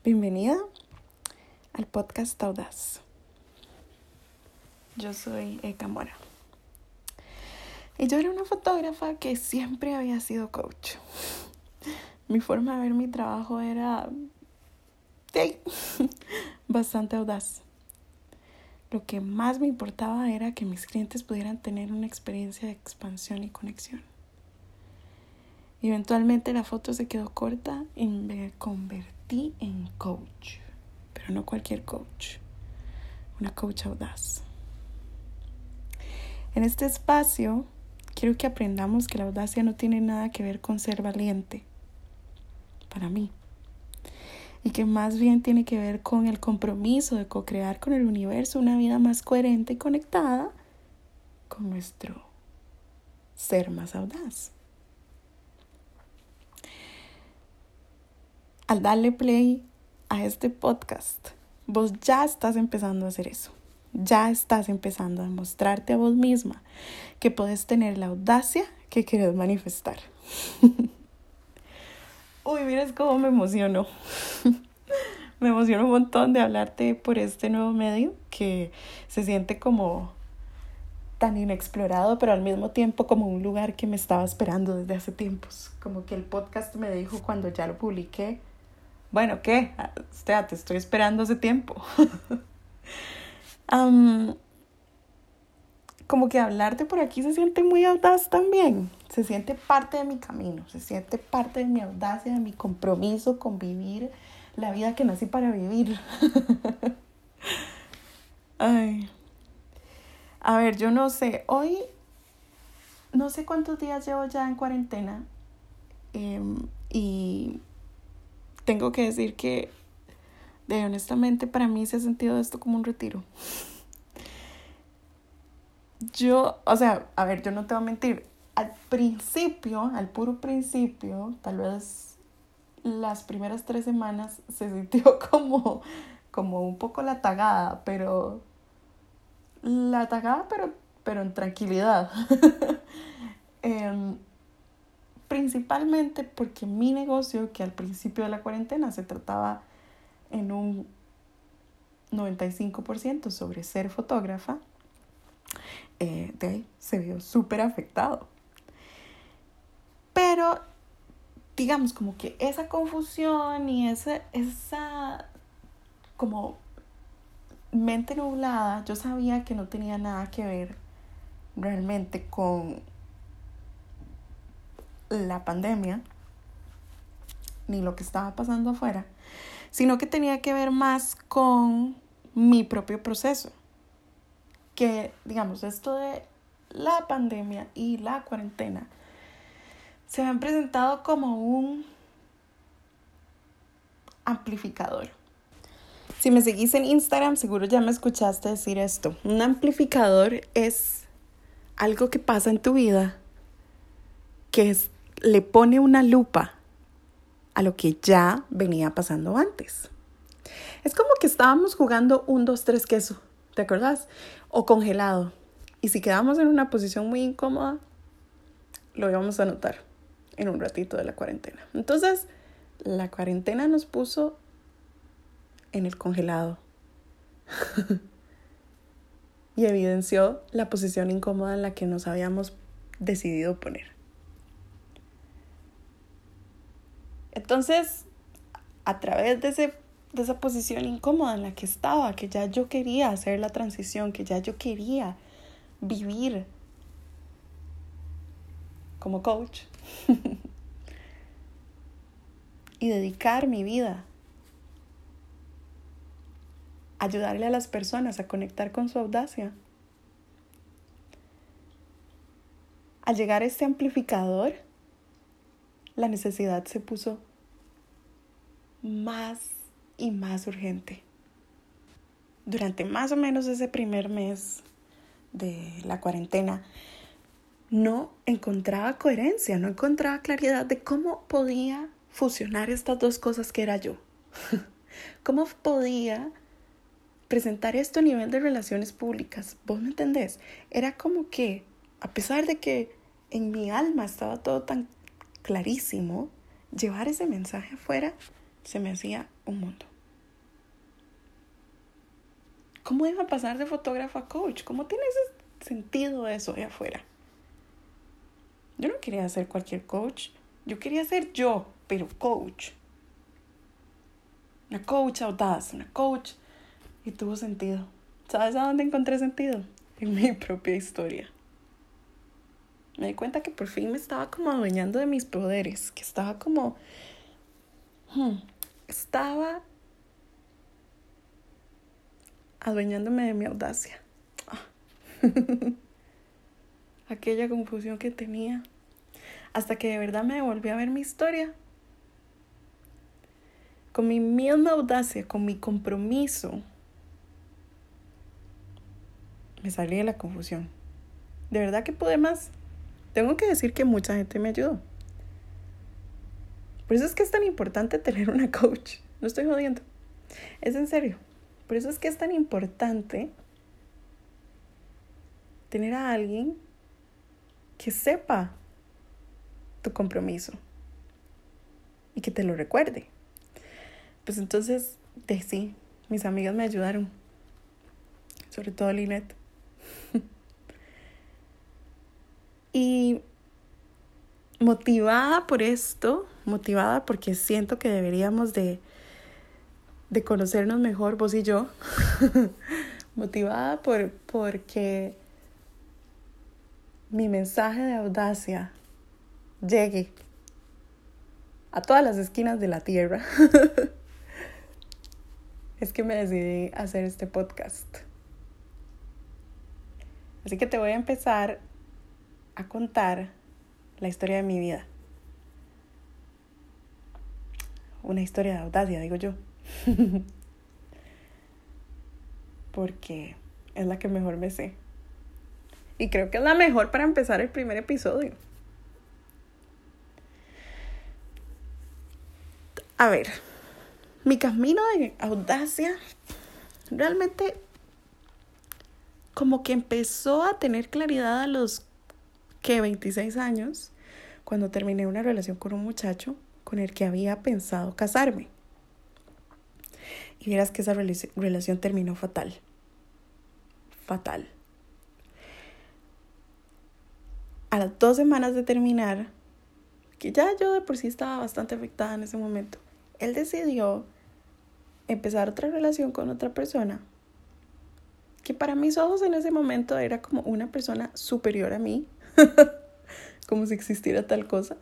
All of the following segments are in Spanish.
Bienvenida al podcast Audaz. Yo soy Eka Mora. Y yo era una fotógrafa que siempre había sido coach. Mi forma de ver mi trabajo era bastante audaz. Lo que más me importaba era que mis clientes pudieran tener una experiencia de expansión y conexión. Y eventualmente la foto se quedó corta y me convertí en coach. Pero no cualquier coach. Una coach audaz. En este espacio quiero que aprendamos que la audacia no tiene nada que ver con ser valiente. Para mí. Y que más bien tiene que ver con el compromiso de co-crear con el universo una vida más coherente y conectada con nuestro ser más audaz. Al darle play a este podcast, vos ya estás empezando a hacer eso. Ya estás empezando a demostrarte a vos misma que podés tener la audacia que querés manifestar. Uy, miras cómo me emociono. Me emociona un montón de hablarte por este nuevo medio que se siente como tan inexplorado, pero al mismo tiempo como un lugar que me estaba esperando desde hace tiempos. Como que el podcast me dijo cuando ya lo publiqué, bueno, ¿qué? Te estoy esperando hace tiempo. Como que hablarte por aquí se siente muy audaz también. Se siente parte de mi camino, se siente parte de mi audacia, de mi compromiso con vivir la vida que nací para vivir. Ay. A ver, yo no sé, hoy no sé cuántos días llevo ya en cuarentena y tengo que decir que honestamente para mí se ha sentido esto como un retiro. Yo no te voy a mentir, al puro principio, tal vez las primeras 3 semanas se sintió como un poco la tagada, pero en tranquilidad. Principalmente porque mi negocio, que al principio de la cuarentena se trataba en un 95% sobre ser fotógrafa, de ahí se vio súper afectado. Pero digamos como que esa confusión y esa como mente nublada, yo sabía que no tenía nada que ver realmente con la pandemia ni lo que estaba pasando afuera, sino que tenía que ver más con mi propio proceso. Que, digamos, esto de la pandemia y la cuarentena se me han presentado como un amplificador. Si me seguís en Instagram, seguro ya me escuchaste decir esto. Un amplificador es algo que pasa en tu vida que le pone una lupa a lo que ya venía pasando antes. Es como que estábamos jugando 1, 2, 3 queso, ¿te acordás? O congelado. Y si quedamos en una posición muy incómoda, lo íbamos a notar en un ratito de la cuarentena. Entonces, la cuarentena nos puso en el congelado y evidenció la posición incómoda en la que nos habíamos decidido poner. Entonces, a través de esa posición incómoda en la que estaba, que ya yo quería hacer la transición, que ya yo quería vivir como coach y dedicar mi vida a ayudarle a las personas a conectar con su audacia. Al llegar a este amplificador, la necesidad se puso más y más urgente. Durante más o menos ese primer mes de la cuarentena, no encontraba coherencia, no encontraba claridad de cómo podía fusionar estas dos cosas que era yo. ¿Cómo podía presentar esto a nivel de relaciones públicas? ¿Vos me entendés? Era como que, a pesar de que en mi alma estaba todo tan clarísimo, llevar ese mensaje afuera se me hacía un mundo. ¿Cómo iba a pasar de fotógrafo a coach? ¿Cómo tiene ese sentido eso de afuera? Yo no quería ser cualquier coach. Yo quería ser yo, pero coach. Una coach audaz, una coach. Y tuvo sentido. ¿Sabes a dónde encontré sentido? En mi propia historia. Me di cuenta que por fin me estaba como adueñando de mis poderes. Que estaba como... Estaba adueñándome de mi audacia. Aquella confusión que tenía. Hasta que de verdad me volví a ver mi historia. Con mi misma audacia, con mi compromiso. Me salí de la confusión. De verdad que pude más. Tengo que decir que mucha gente me ayudó. Por eso es que es tan importante tener una coach. No estoy jodiendo. Es en serio. Por eso es que es tan importante tener a alguien que sepa tu compromiso y que te lo recuerde. Pues entonces, sí, mis amigas me ayudaron. Sobre todo Lynette. Y motivada por esto, motivada porque siento que deberíamos de conocernos mejor, vos y yo. Motivada porque mi mensaje de audacia llegue a todas las esquinas de la tierra. Es que me decidí a hacer este podcast. Así que te voy a empezar a contar la historia de mi vida. Una historia de audacia, digo yo. Porque es la que mejor me sé. Y creo que es la mejor para empezar el primer episodio. A ver, mi camino de audacia realmente como que empezó a tener claridad a los 26 años, cuando terminé una relación con un muchacho con el que había pensado casarme. Y vieras que esa relación terminó fatal. Fatal. A las 2 semanas de terminar, que ya yo de por sí estaba bastante afectada en ese momento, él decidió empezar otra relación con otra persona que para mis ojos en ese momento era como una persona superior a mí, como si existiera tal cosa.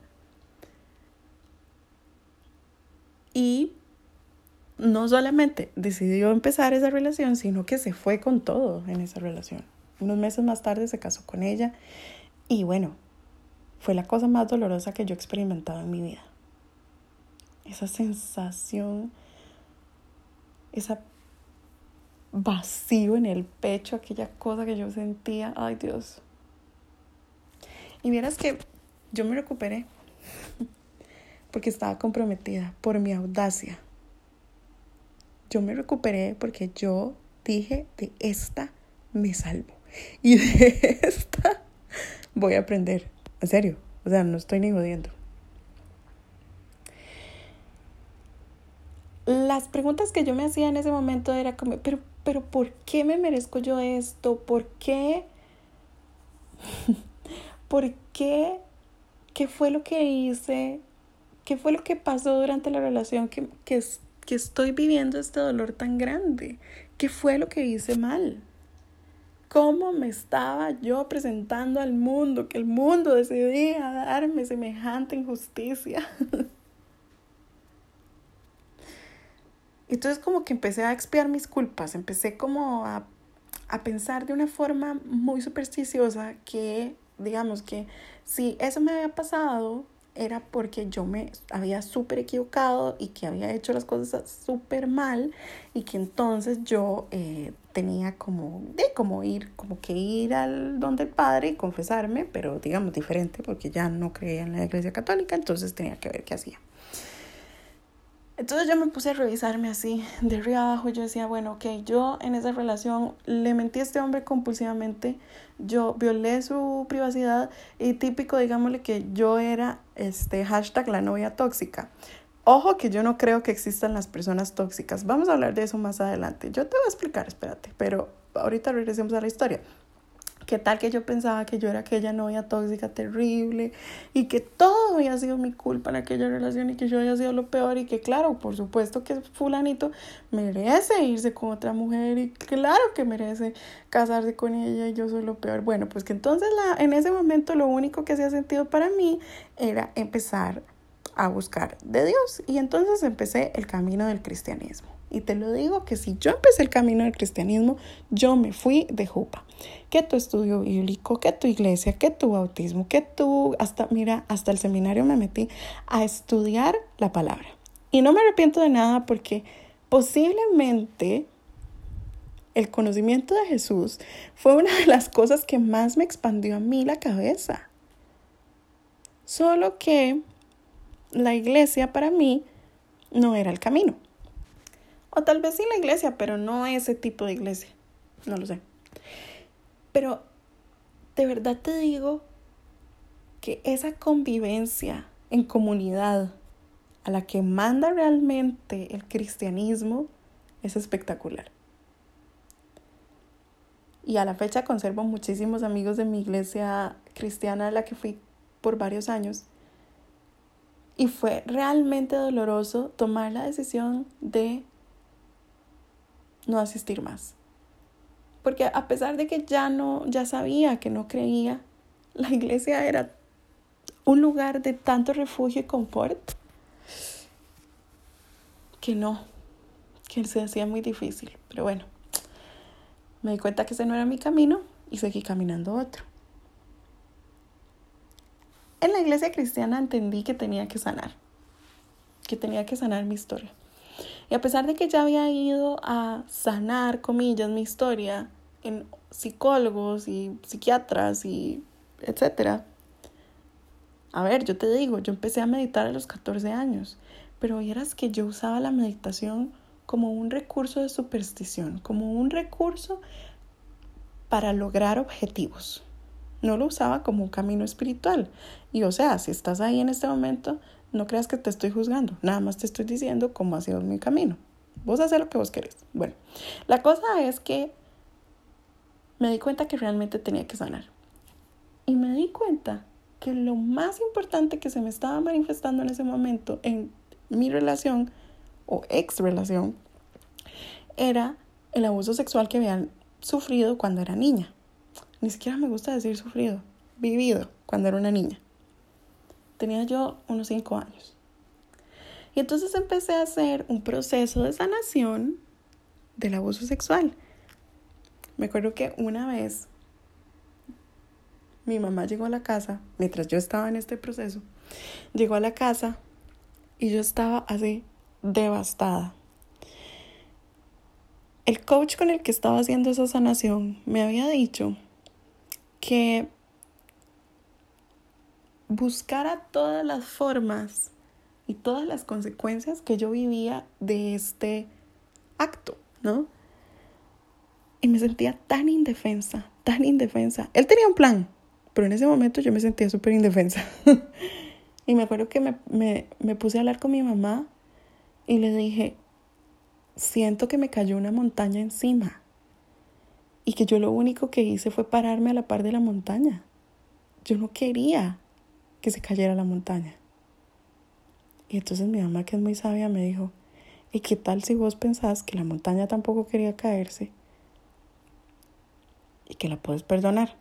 Y no solamente decidió empezar esa relación, sino que se fue con todo en esa relación. Unos meses más tarde se casó con ella y bueno, fue la cosa más dolorosa que yo he experimentado en mi vida. Esa sensación, esa vacío en el pecho, aquella cosa que yo sentía, ay Dios. Y vieras que yo me recuperé porque estaba comprometida por mi audacia. Yo me recuperé porque yo dije, de esta me salvo. Y de esta voy a aprender. En serio, o sea, no estoy ni jodiendo. Las preguntas que yo me hacía en ese momento era como, pero ¿por qué me merezco yo esto? ¿Por qué? ¿Por qué? ¿Qué fue lo que hice? ¿Qué fue lo que pasó durante la relación que estoy viviendo este dolor tan grande? ¿Qué fue lo que hice mal? ¿Cómo me estaba yo presentando al mundo? Que el mundo decidía darme semejante injusticia. Entonces como que empecé a expiar mis culpas. Empecé como a pensar de una forma muy supersticiosa que, digamos que si eso me había pasado era porque yo me había súper equivocado y que había hecho las cosas súper mal y que entonces yo tenía como que ir al donde el padre y confesarme, pero digamos diferente porque ya no creía en la iglesia católica, entonces tenía que ver qué hacía. Entonces yo me puse a revisarme así, de arriba abajo. Yo decía, bueno, ok, yo en esa relación le mentí a este hombre compulsivamente, yo violé su privacidad y típico, digámosle que yo era hashtag la novia tóxica. Ojo que yo no creo que existan las personas tóxicas. Vamos a hablar de eso más adelante. Yo te voy a explicar, espérate, pero ahorita regresemos a la historia. ¿Qué tal que yo pensaba que yo era aquella novia tóxica terrible y que todo había sido mi culpa en aquella relación y que yo había sido lo peor y que claro, por supuesto que fulanito merece irse con otra mujer y claro que merece casarse con ella y yo soy lo peor? Bueno, pues que entonces en ese momento lo único que hacía sentido para mí era empezar a buscar de Dios y entonces empecé el camino del cristianismo. Y te lo digo que si yo empecé el camino del cristianismo, yo me fui de jupa. Que tu estudio bíblico, que tu iglesia, que tu bautismo, que tu, hasta el seminario me metí a estudiar la palabra. Y no me arrepiento de nada porque posiblemente el conocimiento de Jesús fue una de las cosas que más me expandió a mí la cabeza. Solo que la iglesia para mí no era el camino. O tal vez sí la iglesia, pero no ese tipo de iglesia. No lo sé. Pero de verdad te digo que esa convivencia en comunidad a la que manda realmente el cristianismo es espectacular. Y a la fecha conservo muchísimos amigos de mi iglesia cristiana a la que fui por varios años. Y fue realmente doloroso tomar la decisión de no asistir más. Porque a pesar de que ya sabía que no creía, la iglesia era un lugar de tanto refugio y confort que se hacía muy difícil. Pero bueno, me di cuenta que ese no era mi camino y seguí caminando otro. En la iglesia cristiana entendí que tenía que sanar mi historia. Y a pesar de que ya había ido a sanar, comillas, mi historia en psicólogos y psiquiatras y etcétera. A ver, yo te digo, yo empecé a meditar a los 14 años, pero vieras que yo usaba la meditación como un recurso de superstición, como un recurso para lograr objetivos. No lo usaba como un camino espiritual. Y o sea, si estás ahí en este momento, no creas que te estoy juzgando. Nada más te estoy diciendo cómo ha sido mi camino. Vos haces lo que vos querés. Bueno, la cosa es que me di cuenta que realmente tenía que sanar. Y me di cuenta que lo más importante que se me estaba manifestando en ese momento en mi relación o ex relación era el abuso sexual que había sufrido cuando era niña. Ni siquiera me gusta decir sufrido, vivido cuando era una niña. Tenía yo unos 5 años. Y entonces empecé a hacer un proceso de sanación del abuso sexual. Me acuerdo que una vez mi mamá llegó a la casa, mientras yo estaba en este proceso, llegó a la casa y yo estaba así devastada. El coach con el que estaba haciendo esa sanación me había dicho que buscara todas las formas y todas las consecuencias que yo vivía de este acto, ¿no? Y me sentía tan indefensa. Él tenía un plan, pero en ese momento yo me sentía súper indefensa. Y me acuerdo que me puse a hablar con mi mamá y le dije, siento que me cayó una montaña encima. Y que yo lo único que hice fue pararme a la par de la montaña. Yo no quería que se cayera la montaña. Y entonces mi mamá, que es muy sabia, me dijo, ¿y qué tal si vos pensás que la montaña tampoco quería caerse y que la puedes perdonar?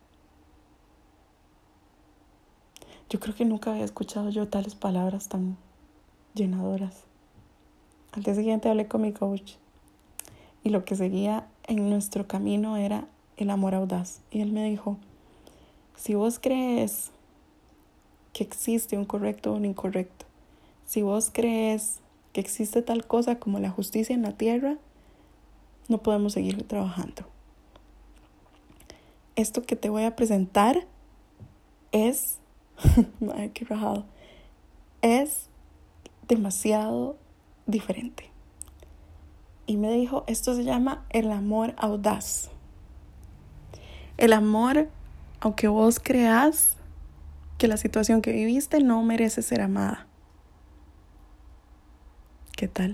Yo creo que nunca había escuchado yo tales palabras tan llenadoras. Al día siguiente hablé con mi coach y lo que seguía en nuestro camino era el amor audaz. Y él me dijo, si vos crees que existe un correcto o un incorrecto, si vos crees que existe tal cosa como la justicia en la tierra, no podemos seguir trabajando. Esto que te voy a presentar es, ay, qué rajado, es demasiado diferente. Y me dijo, esto se llama el amor audaz. El amor, aunque vos creas que la situación que viviste no merece ser amada. ¿Qué tal?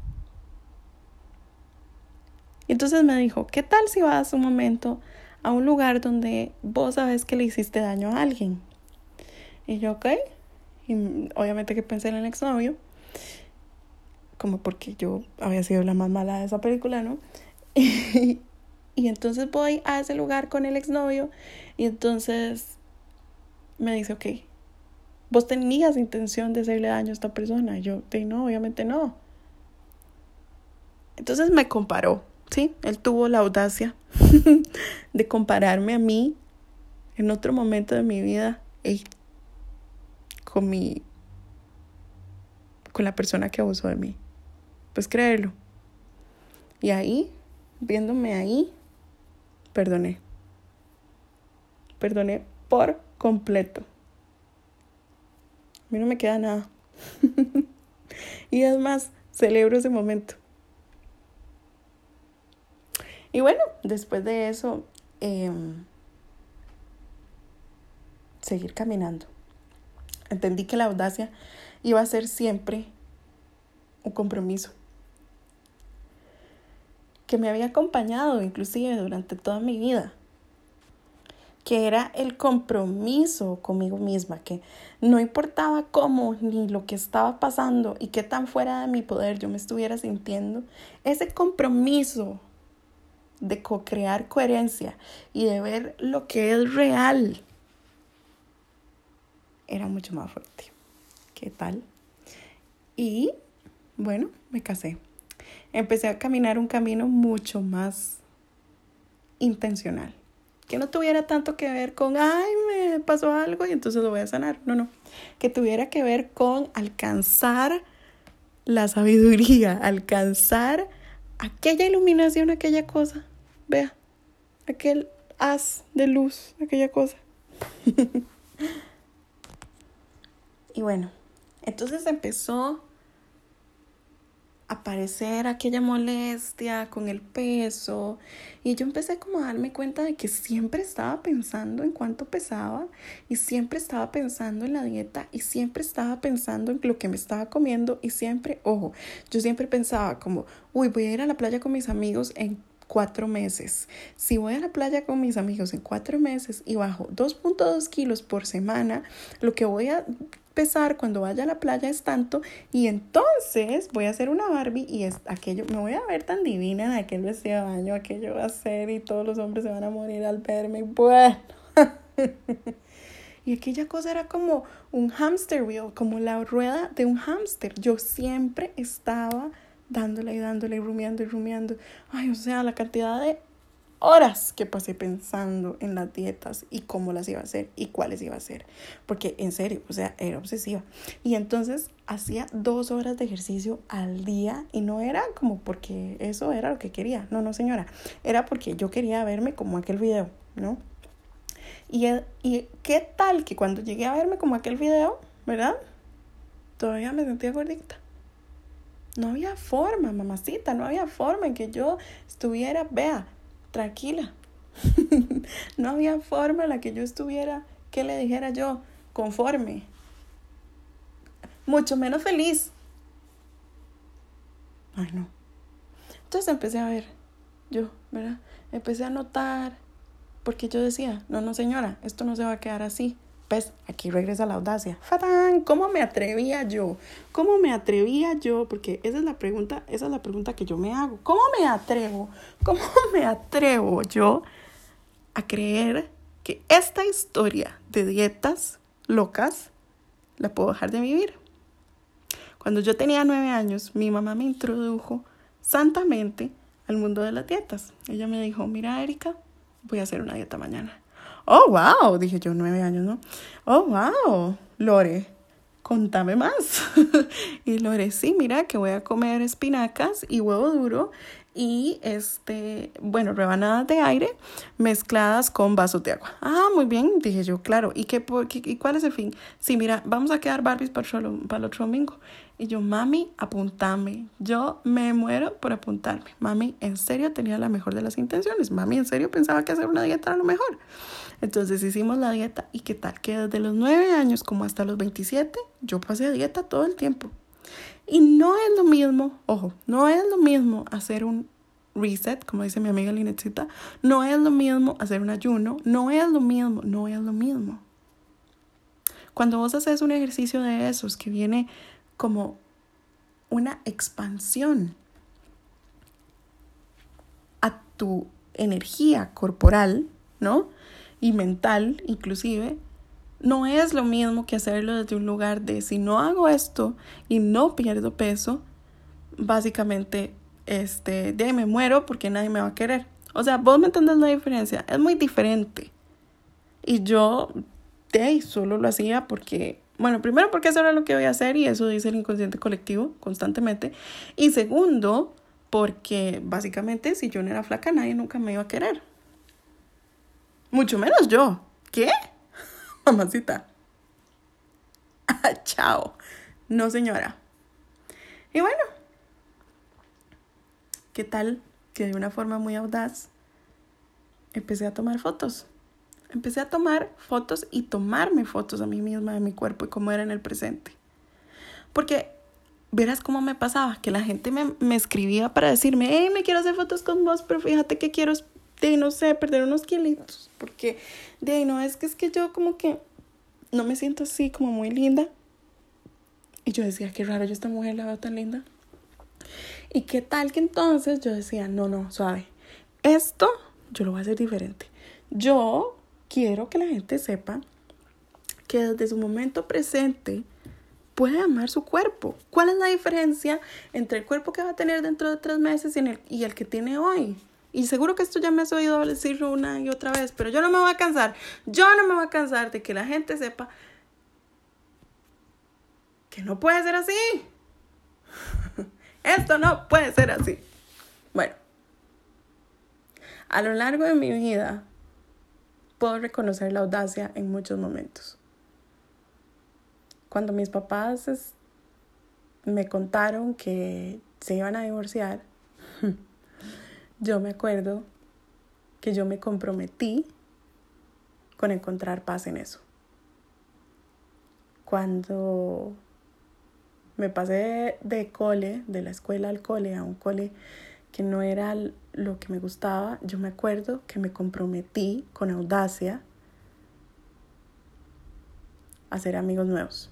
Y entonces me dijo, ¿qué tal si vas un momento a un lugar donde vos sabes que le hiciste daño a alguien? Y yo, ok. Y obviamente que pensé en el exnovio, como porque yo había sido la más mala de esa película, ¿no? Y entonces voy a ese lugar con el exnovio y entonces me dice, ok, ¿vos tenías intención de hacerle daño a esta persona? Y yo, no, obviamente no. Entonces me comparó, ¿sí? Él tuvo la audacia de compararme a mí en otro momento de mi vida con la persona que abusó de mí. Pues créelo. Y ahí, viéndome ahí, perdoné por completo. A mí no me queda nada. Y es más, celebro ese momento. Y bueno, después de eso, seguir caminando. Entendí que la audacia iba a ser siempre un compromiso que me había acompañado inclusive durante toda mi vida, que era el compromiso conmigo misma, que no importaba cómo ni lo que estaba pasando y qué tan fuera de mi poder yo me estuviera sintiendo, ese compromiso de co-crear coherencia y de ver lo que es real era mucho más fuerte. ¿Qué tal? Y bueno, me casé. Empecé a caminar un camino mucho más intencional, que no tuviera tanto que ver con, ay, me pasó algo y entonces lo voy a sanar. No, que tuviera que ver con alcanzar la sabiduría, alcanzar aquella iluminación, aquella cosa, vea, aquel haz de luz, aquella cosa. Y bueno, entonces empezó a aparecer aquella molestia con el peso y yo empecé como a darme cuenta de que siempre estaba pensando en cuánto pesaba y siempre estaba pensando en la dieta y siempre estaba pensando en lo que me estaba comiendo y siempre, ojo, yo siempre pensaba como, voy a ir a la playa con mis amigos en 4 meses. Si voy a la playa con mis amigos en 4 meses y bajo 2.2 kilos por semana, lo que voy a pesar cuando vaya a la playa es tanto y entonces voy a hacer una Barbie y aquello, me voy a ver tan divina en aquel vestido de baño, aquello va a ser y todos los hombres se van a morir al verme. Bueno. Y aquella cosa era como un hamster wheel, como la rueda de un hámster. Yo siempre estaba dándole y rumiando. Ay, o sea, la cantidad de horas que pasé pensando en las dietas y cómo las iba a hacer y cuáles iba a hacer. Porque en serio, o sea, era obsesiva. Y entonces hacía 2 horas de ejercicio al día y no era como porque eso era lo que quería. No, señora. Era porque yo quería verme como aquel video, ¿no? Y qué tal que cuando llegué a verme como aquel video, ¿verdad? Todavía me sentía gordita. No había forma, mamacita, no había forma en que yo estuviera, vea, tranquila. No había forma en la que yo estuviera, que le dijera yo, conforme. Mucho menos feliz. Ay, no. Entonces empecé a ver, yo, ¿verdad? Empecé a notar, porque yo decía, no, señora, esto no se va a quedar así. Pues aquí regresa la audacia. ¡Fatán! ¿Cómo me atrevía yo? Porque esa es la pregunta que yo me hago. ¿Cómo me atrevo yo a creer que esta historia de dietas locas la puedo dejar de vivir? Cuando yo tenía 9 años, mi mamá me introdujo santamente al mundo de las dietas. Ella me dijo, mira, Erika, voy a hacer una dieta mañana. Oh, wow, dije yo, 9 años, ¿no? Oh, wow, Lore, contame más. Y Lore, sí, mira que voy a comer espinacas y huevo duro y rebanadas de aire mezcladas con vasos de agua. Ah, muy bien, dije yo, claro. ¿Y cuál es el fin? Sí, mira, vamos a quedar Barbies para el otro domingo. Y yo, mami, apuntame. Yo me muero por apuntarme. Mami, en serio tenía la mejor de las intenciones. Mami, en serio pensaba que hacer una dieta era lo mejor. Entonces hicimos la dieta y ¿qué tal? Que desde los 9 años como hasta los 27 yo pasé a dieta todo el tiempo. Y no es lo mismo, ojo, no es lo mismo hacer un reset, como dice mi amiga Linetcita, no es lo mismo hacer un ayuno, no es lo mismo. Cuando vos haces un ejercicio de esos que viene como una expansión a tu energía corporal, ¿no? Y mental, inclusive, no es lo mismo que hacerlo desde un lugar de si no hago esto y no pierdo peso, básicamente, de ahí me muero porque nadie me va a querer. O sea, vos me entendés la diferencia, es muy diferente. Y yo, de ahí, solo lo hacía porque, bueno, primero porque eso era lo que voy a hacer y eso dice el inconsciente colectivo constantemente. Y segundo, porque básicamente si yo no era flaca, nadie nunca me iba a querer. Mucho menos yo. ¿Qué? Mamacita. Chao. No, señora. Y bueno, ¿qué tal que de una forma muy audaz empecé a tomar fotos? Empecé a tomar fotos y tomarme fotos a mí misma de mi cuerpo y cómo era en el presente. Porque verás cómo me pasaba, que la gente me escribía para decirme, hey, me quiero hacer fotos con vos, pero fíjate que quiero, no sé, perder unos kilitos. Porque, no, es que yo como que no me siento así como muy linda. Y yo decía, qué raro, yo esta mujer la veo tan linda. Y qué tal que entonces yo decía, no, suave. Esto yo lo voy a hacer diferente. Yo quiero que la gente sepa que desde su momento presente puede amar su cuerpo. ¿Cuál es la diferencia entre el cuerpo que va a tener dentro de 3 meses y el que tiene hoy? Y seguro que esto ya me has oído decirlo una y otra vez, pero yo no me voy a cansar. Yo no me voy a cansar de que la gente sepa que no puede ser así. Esto no puede ser así. Bueno, a lo largo de mi vida puedo reconocer la audacia en muchos momentos. Cuando mis papás me contaron que se iban a divorciar, yo me acuerdo que yo me comprometí con encontrar paz en eso. Cuando me pasé de la escuela al cole, a un cole que no era lo que me gustaba, yo me acuerdo que me comprometí con audacia a hacer amigos nuevos.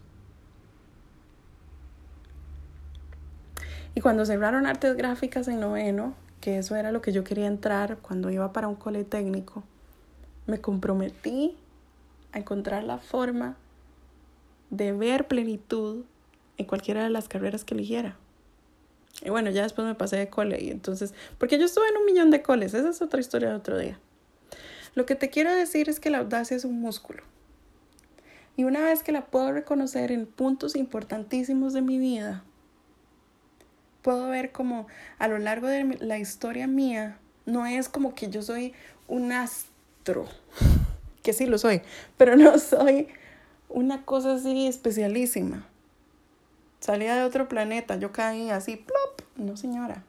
Y cuando cerraron artes gráficas en 9º, que eso era lo que yo quería entrar cuando iba para un cole técnico, me comprometí a encontrar la forma de ver plenitud en cualquiera de las carreras que eligiera. Y bueno, ya después me pasé de cole y entonces, porque yo estuve en 1,000,000 de coles, esa es otra historia de otro día. Lo que te quiero decir es que la audacia es un músculo. Y una vez que la puedo reconocer en puntos importantísimos de mi vida, puedo ver como a lo largo de la historia mía, no es como que yo soy un astro, que sí lo soy, pero no soy una cosa así especialísima. Salía de otro planeta, yo caí así, plop. No, señora.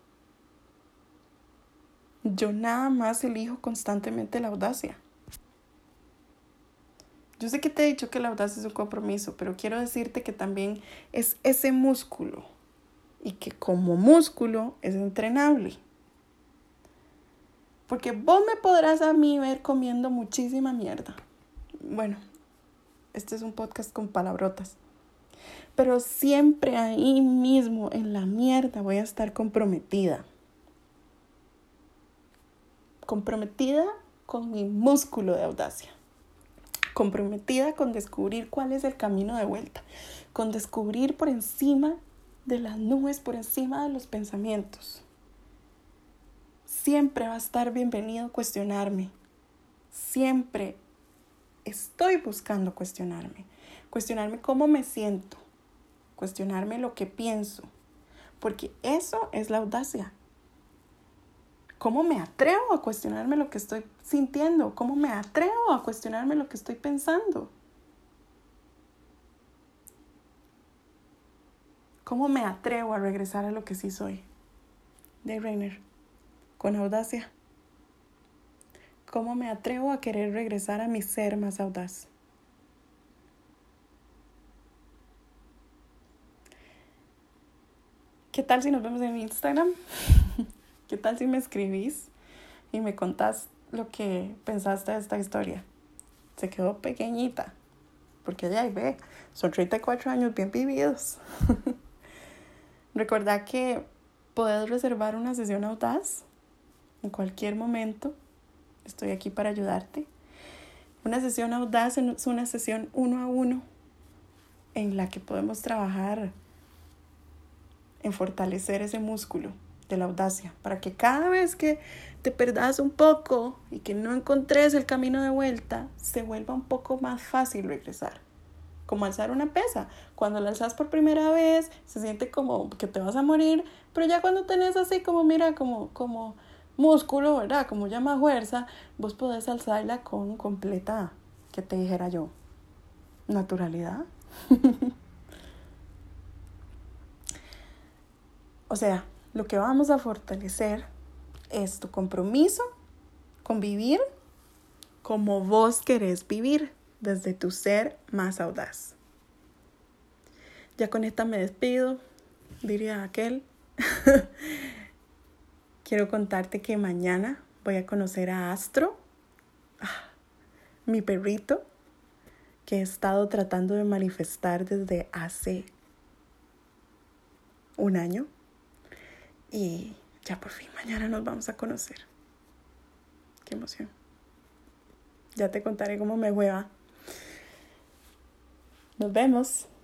Yo nada más elijo constantemente la audacia. Yo sé que te he dicho que la audacia es un compromiso, pero quiero decirte que también es ese músculo y que como músculo es entrenable. Porque vos me podrás a mí ver comiendo muchísima mierda. Bueno, este es un podcast con palabrotas. Pero siempre ahí mismo en la mierda voy a estar comprometida. Comprometida con mi músculo de audacia. Comprometida con descubrir cuál es el camino de vuelta. Con descubrir por encima de las nubes, por encima de los pensamientos. Siempre va a estar bienvenido cuestionarme. Siempre estoy buscando cuestionarme. Cuestionarme cómo me siento. Cuestionarme lo que pienso. Porque eso es la audacia. ¿Cómo me atrevo a cuestionarme lo que estoy sintiendo? ¿Cómo me atrevo a cuestionarme lo que estoy pensando? ¿Cómo me atrevo a regresar a lo que sí soy? Dave Rayner, con audacia. ¿Cómo me atrevo a querer regresar a mi ser más audaz? ¿Qué tal si nos vemos en Instagram? ¿Qué tal si me escribís y me contás lo que pensaste de esta historia? Se quedó pequeñita, porque ya ve, son 34 años bien vividos. Recordá que puedes reservar una sesión audaz en cualquier momento. Estoy aquí para ayudarte. Una sesión audaz es una sesión 1 a 1 en la que podemos trabajar en fortalecer ese músculo de la audacia, para que cada vez que te perdas un poco y que no encontres el camino de vuelta, se vuelva un poco más fácil regresar. Como alzar una pesa. Cuando la alzas por primera vez, se siente como que te vas a morir, pero ya cuando tenés así como, mira, como músculo, ¿verdad? Como ya más fuerza, vos podés alzarla con completa, que te dijera yo, naturalidad. O sea, lo que vamos a fortalecer es tu compromiso con vivir como vos querés vivir, desde tu ser más audaz. Ya con esta me despido, diría aquel. Quiero contarte que mañana voy a conocer a Astro, mi perrito, que he estado tratando de manifestar desde hace un año. Y ya por fin mañana nos vamos a conocer. Qué emoción. Ya te contaré cómo me juega. Nos vemos.